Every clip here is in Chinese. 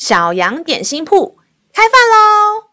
小羊点心铺开饭喽！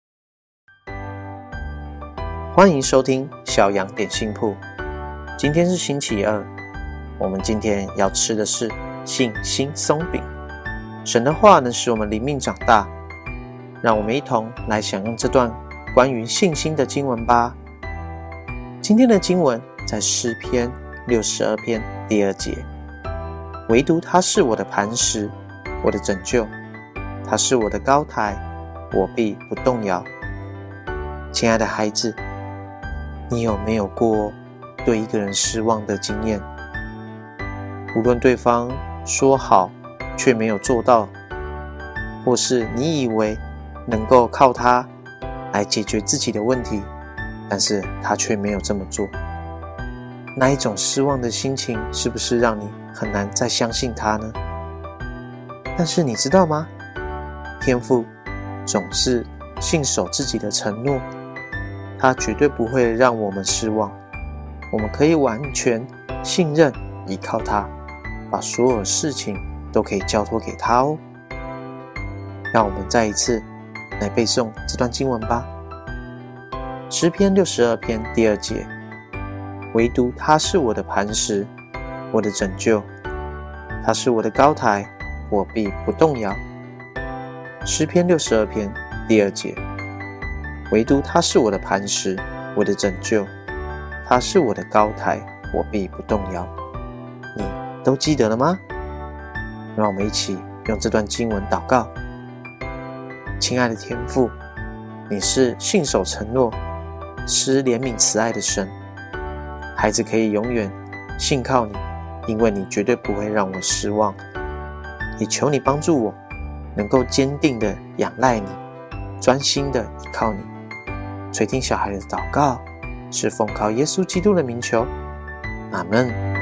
欢迎收听小羊点心铺。今天是星期二，我们今天要吃的是信心松饼。神的话能使我们灵命长大，让我们一同来享用这段关于信心的经文吧。今天的经文在诗篇62篇第2节，唯独他是我的磐石，我的拯救，他是我的高台，我必不动摇。亲爱的孩子，你有没有过对一个人失望的经验？无论对方说好却没有做到，或是你以为能够靠他来解决自己的问题，但是他却没有这么做，那一种失望的心情是不是让你很难再相信他呢？但是你知道吗？天父总是信守自己的承诺，他绝对不会让我们失望，我们可以完全信任依靠他，把所有事情都可以交托给他哦。让我们再一次来背诵这段经文吧。诗篇62篇第2节，唯独他是我的磐石，我的拯救，他是我的高台，我必不动摇。诗篇62篇第2节，唯独他是我的磐石，我的拯救，他是我的高台，我必不动摇。你都记得了吗？让我们一起用这段经文祷告。亲爱的天父，你是信守承诺、施怜悯慈爱的神，孩子可以永远信靠你，因为你绝对不会让我失望。也求你帮助我能够坚定的仰赖你，专心的依靠你。垂听小孩的祷告，是奉靠耶稣基督的名求，阿们。